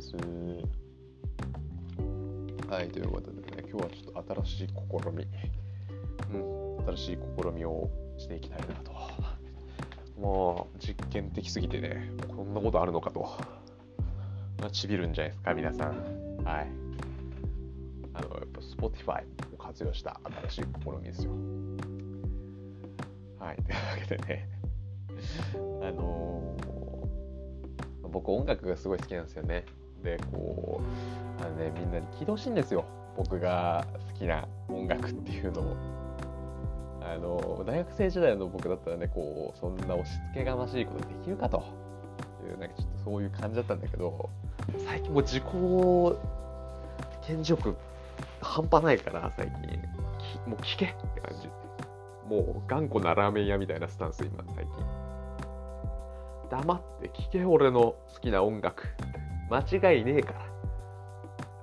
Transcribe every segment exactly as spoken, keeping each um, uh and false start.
。はい、ということでね、今日はちょっと新しい試み、うん、新しい試みをしていきたいなと。もう実験的すぎてね、こんなことあるのかと。まあ、ちびるんじゃないですか、皆さん。はい。あの、やっぱ Spotify を活用した新しい試みですよ。はい、というわけでね、あのー、僕音楽がすごい好きなんですよね。で、こう、あのね、みんなに聞いてほしいんですよ。僕が好きな音楽っていうのを。あの、大学生時代の僕だったらね、こう、そんな押し付けがましいことできるかという、なんかちょっとそういう感じだったんだけど、最近もう自己顕示欲半端ないから、最近。もう聞けって感じ。もう頑固なラーメン屋みたいなスタンス、今、最近。黙って聞け、俺の好きな音楽。間違いねえから。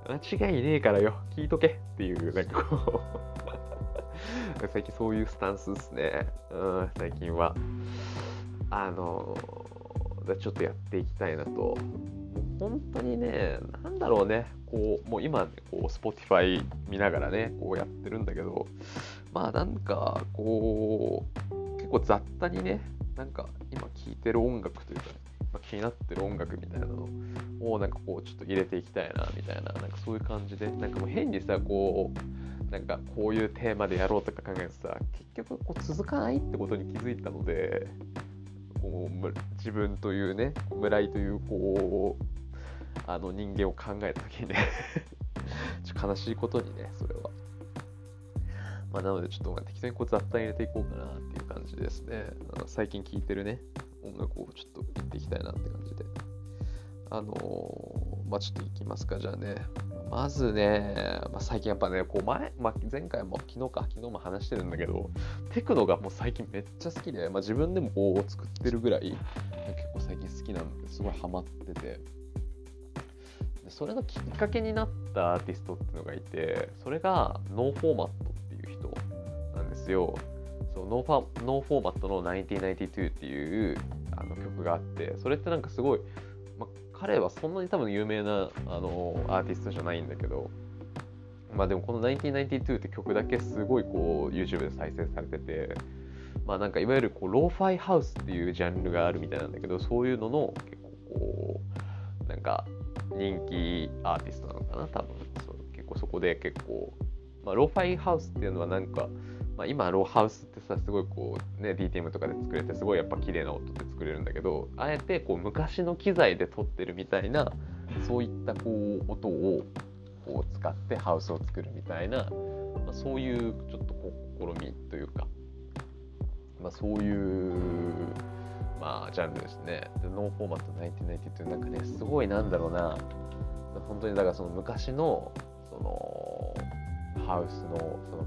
間違いねえからよ。聞いとけっていう、なんかこう。最近そういうスタンスですね。うん、最近は。あの、ちょっとやっていきたいなと。もう本当にね、なんだろうね。こう、もう今、ね、こう、Spotify 見ながらね、こうやってるんだけど、まあなんか、こう、結構雑多にね、なんか今聴いてる音楽というか、まあ、気になってる音楽みたいなのをなんかこうちょっと入れていきたいなみたいな、なんかそういう感じで、なんかもう変にさ、こう、なんかこういうテーマでやろうとか考えるとさ、結局こう続かないってことに気づいたので、こう自分というね、村井というこう、あの人間を考えたときにね、ちょっと悲しいことにね、それは。まあ、なのでちょっと適当にこう雑談入れていこうかなっていう感じですね。最近聴いてるね、音楽をちょっと言っていきたいなって感じで。あのー、まあちょっといきますか、じゃあね。まずね、まあ、最近やっぱね、こう前、まあ、前回も昨日か、昨日も話してるんだけど、テクノがもう最近めっちゃ好きで、まあ、自分でもこう作ってるぐらい、結構最近好きなんで、すごいハマってて。でそれのきっかけになったアーティストっていうのがいて、それがノーフォーマットっていう人なんですよ。そうノーファノーフォーマットのナインティナインティツーっていうあの曲があって、それってなんかすごい、まあ、彼はそんなに多分有名なあのアーティストじゃないんだけど、まあでもこのナインティナインティツーって曲だけすごいこう YouTube で再生されてて、まあなんかいわゆるこうローファイハウスっていうジャンルがあるみたいなんだけど、そういうのの結構こうなんか人気アーティストなのかな、多分。そう結構そこで結構、まあ、ローファイハウスっていうのはなんか、まあ、今ローハウスってさ、すごいこうね ディーティーエム とかで作れてすごいやっぱ綺麗な音で作れるんだけど、あえてこう昔の機材で撮ってるみたいな、そういったこう音をこう使ってハウスを作るみたいな、まあ、そういうちょっとこう試みというか、まあ、そういうまあジャンルですね。でノーフォーマットナインティナインティツーなんかね、すごいなんだろうな、本当にだからその昔のそのハウスのその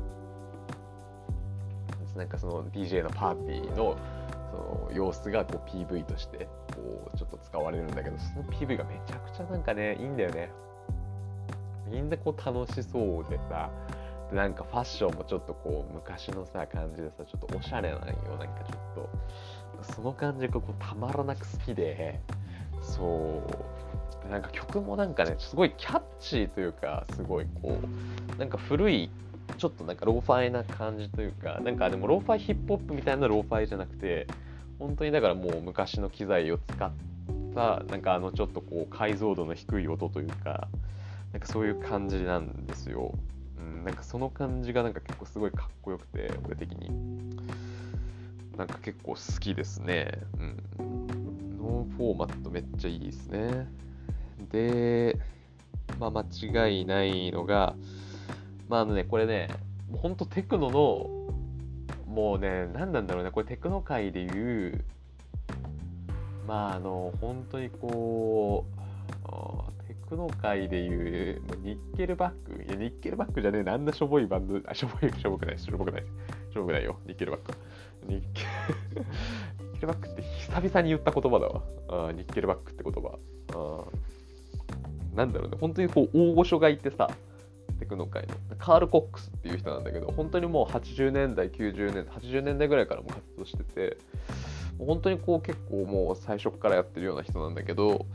なんかその ディージェー のパーティーのその様子がこう ピーブイ としてこうちょっと使われるんだけど、その ピーブイ がめちゃくちゃなんかねいいんだよね。みんなこう楽しそうでさ、でなんかファッションもちょっとこう昔のさ感じでさ、ちょっとおしゃれなんよ。なんかちょっとその感じがこうたまらなく好きで、そうなんか曲もなんかねすごいキャッチーというか、すごいこうなんか古いちょっとなんかローファイな感じというか、なんかでもローファイヒップホップみたいなローファイじゃなくて、本当にだからもう昔の機材を使ったなんかあのちょっとこう解像度の低い音というか、なんかそういう感じなんですよ。うん、なんかその感じがなんか結構すごいかっこよくて、俺的になんか結構好きですね。うん、ノーフォーマットめっちゃいいですね。で、まあ間違いないのが、まああのね、これね、ほんとテクノの、もうね、何なんだろうね、これテクノ界でいう、まああの、本当にこう、テクノ界でいう、ニッケルバック、いや、ニッケルバックじゃねえな、あんなしょぼいバンド、あ、しょぼい、しょぼくない、しょぼくない、しょぼくないよ、ニッケルバック。ニッケル、ニッケルバックって久々に言った言葉だわ。あニッケルバックって言葉。あなんだろうね、本当にこう大御所がいてさ、テクノ界のカール・コックスっていう人なんだけど、本当にもうはちじゅうねんだい、きゅうじゅうねんだい、はちじゅうねんだいぐらいからも活動してて、本当にこう結構もう最初からやってるような人なんだけど、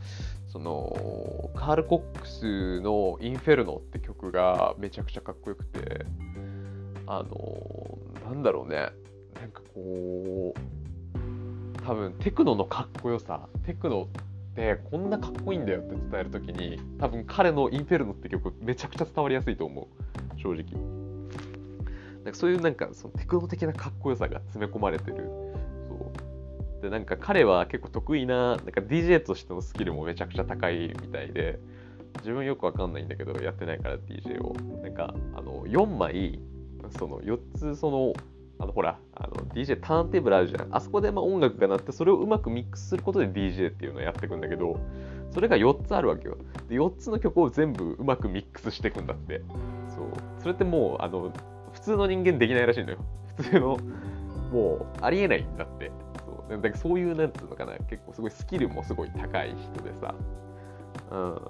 そのカール・コックスのインフェルノって曲がめちゃくちゃかっこよくて、あのなんだろうね、なんかこう多分テクノのかっこよさ、テクノってこんなかっこいいんだよって伝えるときに、多分彼のインフェルノって曲めちゃくちゃ伝わりやすいと思う、正直。なんかそういうなんかそのテクノ的なかっこよさが詰め込まれてる。そうで、なんか彼は結構得意な、なんか ディージェー としてのスキルもめちゃくちゃ高いみたいで、自分よくわかんないんだけどやってないから ディージェー をなんかあのよんまい、そのよっつ、そのあのほらあの ディージェー ターンテーブルあるじゃん。あそこでまあ音楽が鳴ってそれをうまくミックスすることで ディージェー っていうのをやっていくんだけど、それがよっつあるわけよ。でよっつの曲を全部うまくミックスしていくんだって。そうそれってもうあの普通の人間できないらしいのよ。普通のもうありえないんだって。そうだからそういうなんつうのかな、結構すごいスキルもすごい高い人でさ、うん、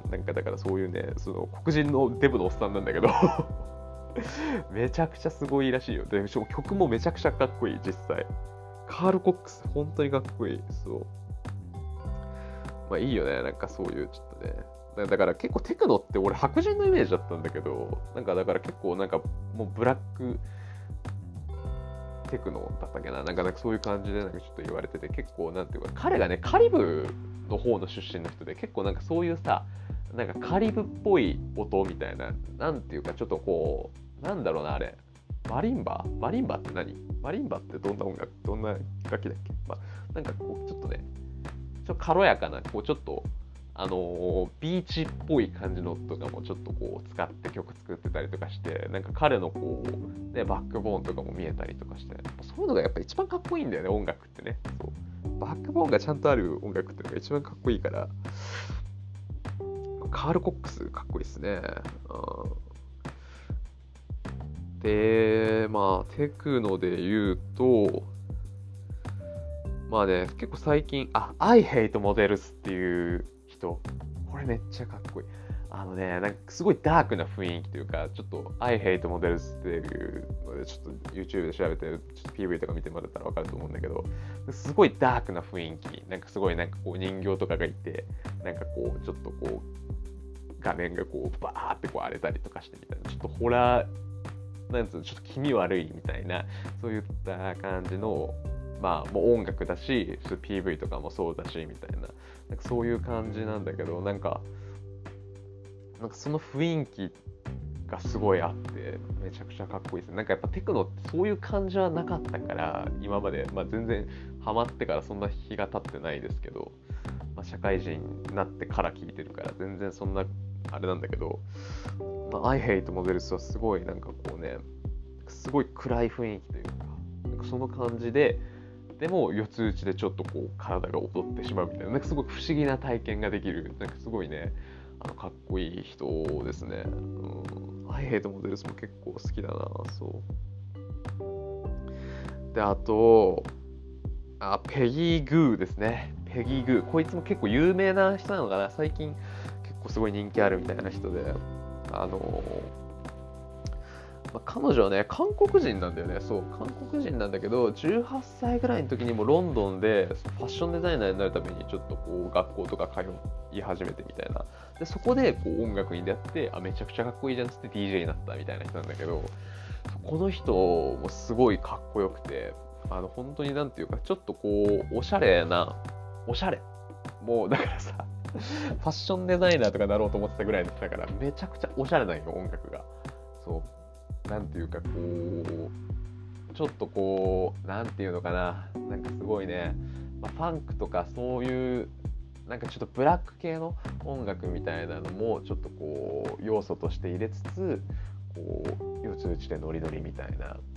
なんかだからそういうね、その黒人のデブのおっさんなんだけどめちゃくちゃすごいらしいよ。で曲もめちゃくちゃかっこいい。実際カール・コックス本当にかっこいい。そうまあいいよね、なんかそういうちょっとね、だから結構テクノって俺白人のイメージだったんだけど、なんかだから結構なんかもうブラックテクノだったっけな、なんかなんかそういう感じでなんかちょっと言われてて、結構なんていうか彼がねカリブの方の出身の人で、結構なんかそういうさ、なんかカリブっぽい音みたいな、なんていうかちょっとこうなんだろうな、あれマリンバマリンバって何マリンバってどんな音楽、どんな楽器だっけ、まあ、なんかこうちょっとねちょっと軽やかなこうちょっとあのー、ビーチっぽい感じのとかもちょっとこう使って曲作ってたりとかして、なんか彼のこう、ね、バックボーンとかも見えたりとかして、そういうのがやっぱ一番かっこいいんだよね、音楽ってね。そうバックボーンがちゃんとある音楽っていうのが一番かっこいいから、カール・コックスかっこいいですね。うん、で、まあテクノで言うと、まあね、結構最近、あ、I Hate Models っていう人、これめっちゃかっこいい。あのね、なんかすごいダークな雰囲気というか、ちょっと I Hate Models っていうので、ちょっと YouTube で調べて、ちょっと ピーブイ とか見てもらったら分かると思うんだけど、すごいダークな雰囲気、なんかすごいなんかこう人形とかがいて、なんかこう、ちょっとこう、画面がこう、バーってこう荒れたりとかしてみたいな、ちょっとホラー、なんつうの、ちょっと気味悪いみたいな、そういった感じの、まあもう音楽だし ピーブイ とかもそうだしみたいな、なんかそういう感じなんだけど、なんかなんかその雰囲気がすごいあってめちゃくちゃかっこいいですね。なんかやっぱテクノってそういう感じはなかったから今まで、まあ、全然ハマってからそんな日が経ってないですけど、まあ、社会人になってから聴いてるから全然そんなあれなんだけど、まあ、I Hate Models はすごいなんかこうね、すごい暗い雰囲気というか、なんかその感じででも四つ打ちでちょっとこう体が踊ってしまうみたいな、なんかすごく不思議な体験ができる、なんかすごいね、あのかっこいい人ですね。うん、I Hate Models も結構好きだな。そうで、あとあペギー・グーですね。ペギー・グー、こいつも結構有名な人なのかな、最近結構すごい人気あるみたいな人で、あのまあ、彼女はね韓国人なんだよね。そう韓国人なんだけど、じゅうはっさいぐらいの時にもロンドンでファッションデザイナーになるためにちょっとこう学校とか通い始めてみたいな、でそこでこう音楽に出会って、あめちゃくちゃかっこいいじゃんっつって ディージェー になったみたいな人なんだけど、この人もすごいかっこよくて、あの本当になんていうかちょっとこうおしゃれなおしゃれもうだからさファッションデザイナーとかなろうと思ってたぐらいだったから、めちゃくちゃおしゃれなんよ音楽が。そうなんていうかこうちょっとこうなんていうのかな、なんかすごいね、まあ、ファンクとかそういうなんかちょっとブラック系の音楽みたいなのもちょっとこう要素として入れつつ、こう四つ打ちでノリノリみたいな、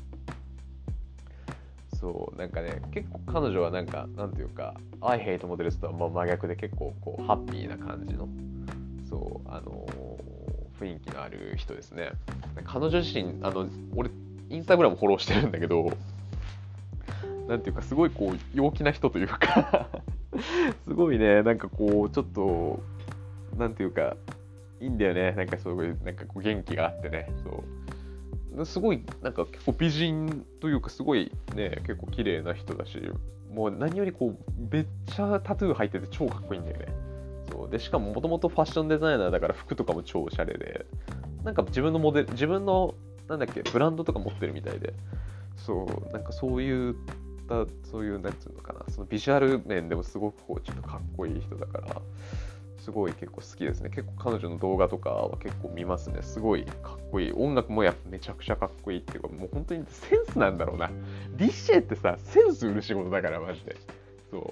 そうなんかね結構彼女はなんかなんていうか I Hate Models とはまあ真逆で結構こうハッピーな感じの、そうあのー、雰囲気のある人ですね。彼女自身あの俺インスタグラムフォローしてるんだけど、なんていうかすごいこう陽気な人というかすごいね、なんかこうちょっとなんていうかいいんだよね、なんかそういうなんかこう元気があってね、そうすごいなんか結構美人というかすごいね結構綺麗な人だし、もう何よりこうめっちゃタトゥー入ってて超かっこいいんだよね。 そうでしかももともとファッションデザイナーだから服とかも超おしゃれで、なんか自分のモデル自分のなんだっけブランドとか持ってるみたいで、そうなんかそういうそういうなんつうのかな、そのビジュアル面でもすごくこうちょっとかっこいい人だから、すごい結構好きですね。結構彼女の動画とかは結構見ますね。すごいかっこいい。音楽もやっぱめちゃくちゃかっこいいっていうか、もう本当にセンスなんだろうな。ディージェー ってさ、センス売る仕事だからマジで。そう。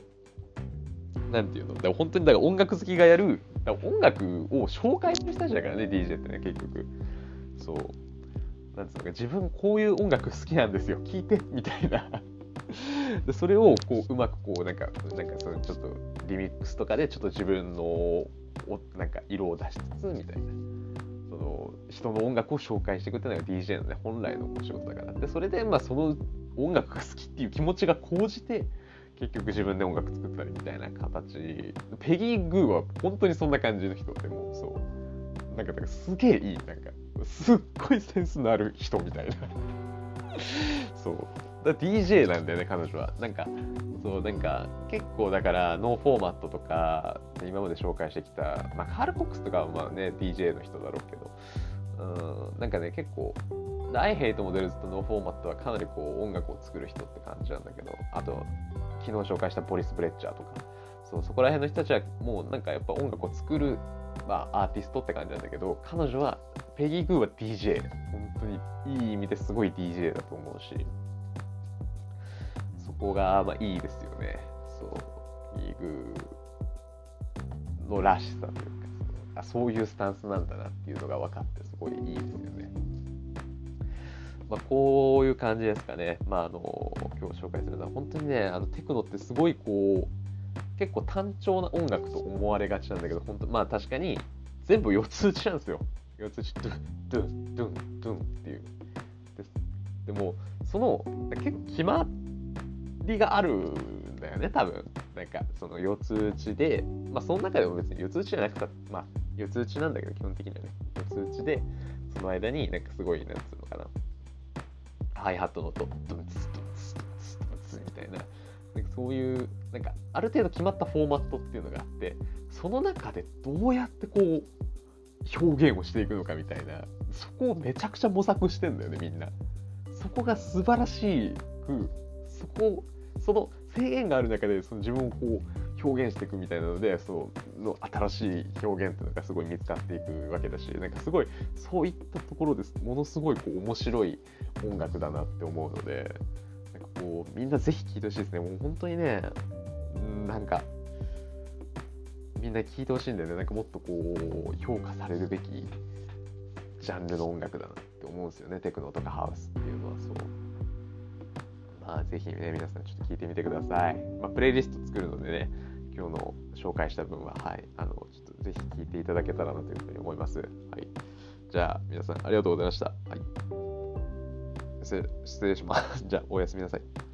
なんていうの、だから本当にだから音楽好きがやる、だから音楽を紹介する人たちだからね、ディージェー ってね、結局。そう。なんつうのか、自分こういう音楽好きなんですよ。聞いてみたいな。でそれをこううまくこうなんかなんかそのちょっとリミックスとかでちょっと自分のおなんか色を出しつつみたいな、その人の音楽を紹介していくっていうのが ディージェー のね本来のお仕事だから。でそれでまあその音楽が好きっていう気持ちが高じて結局自分で音楽作ったりみたいな形。ペギー・グーは本当にそんな感じの人で、もそうなんか、なんかすげえいい、なんかすっごいセンスのある人みたいなそうだ ディージェー なんだよね彼女は。なんかそうなんか結構だからノーフォーマットとか今まで紹介してきた、まあ、カール・コックスとかはまあね ディージェー の人だろうけど、うんなんかね結構アイヘイトモデルズとノーフォーマットはかなりこう音楽を作る人って感じなんだけど、あと昨日紹介したボリス・ブレッチャーとか、そうそこら辺の人たちはもうなんかやっぱ音楽を作る、まあ、アーティストって感じなんだけど、彼女はペギー・グーは ディージェー、本当にいい意味ですごい ディージェー だと思うし、そこがまあいいですよね。そうペギー・グーのらしさというか、あそういうスタンスなんだなっていうのが分かってすごいいいですよね。まあ、こういう感じですかね。まあ、あの今日紹介するのは本当にね、あのテクノってすごいこう結構単調な音楽と思われがちなんだけど、本当まあ確かに全部四つ打ちなんですよ。四つ打ちドゥンドゥンドゥンドゥンっていうです。でもその結構決まりがあるんだよね多分。なんかその四つ打ちで、まあその中でも別に四つ打ちじゃなくたまあ四つ打ちなんだけど基本的にはね四つ打ちで、その間になんかすごいなんつうのかな。ハイハットの音ドンツドンツドンツドンツみたいな、なんかそういうなんかある程度決まったフォーマットっていうのがあって、その中でどうやってこう表現をしていくのかみたいな、そこをめちゃくちゃ模索してんだよねみんな。そこが素晴らしく、そこその制限がある中でその自分をこう表現していくみたいなので、そうの新しい表現っていうのがすごい見つかっていくわけだし、なんかすごいそういったところですものすごいこう面白い音楽だなって思うので、なんかこうみんなぜひ聴いてほしいですね。もう本当にね、なんかみんな聴いてほしいんだよね。なんかもっとこう評価されるべきジャンルの音楽だなって思うんですよね。テクノとかハウスっていうのはそう。まあぜひね皆さんちょっと聞いてみてください。まあプレイリスト作るのでね、今日の紹介した分ははいあのちょっとぜひ聞いていただけたらなというふうに思います。はい。じゃあ皆さんありがとうございました。はい。失礼します。じゃあおやすみなさい。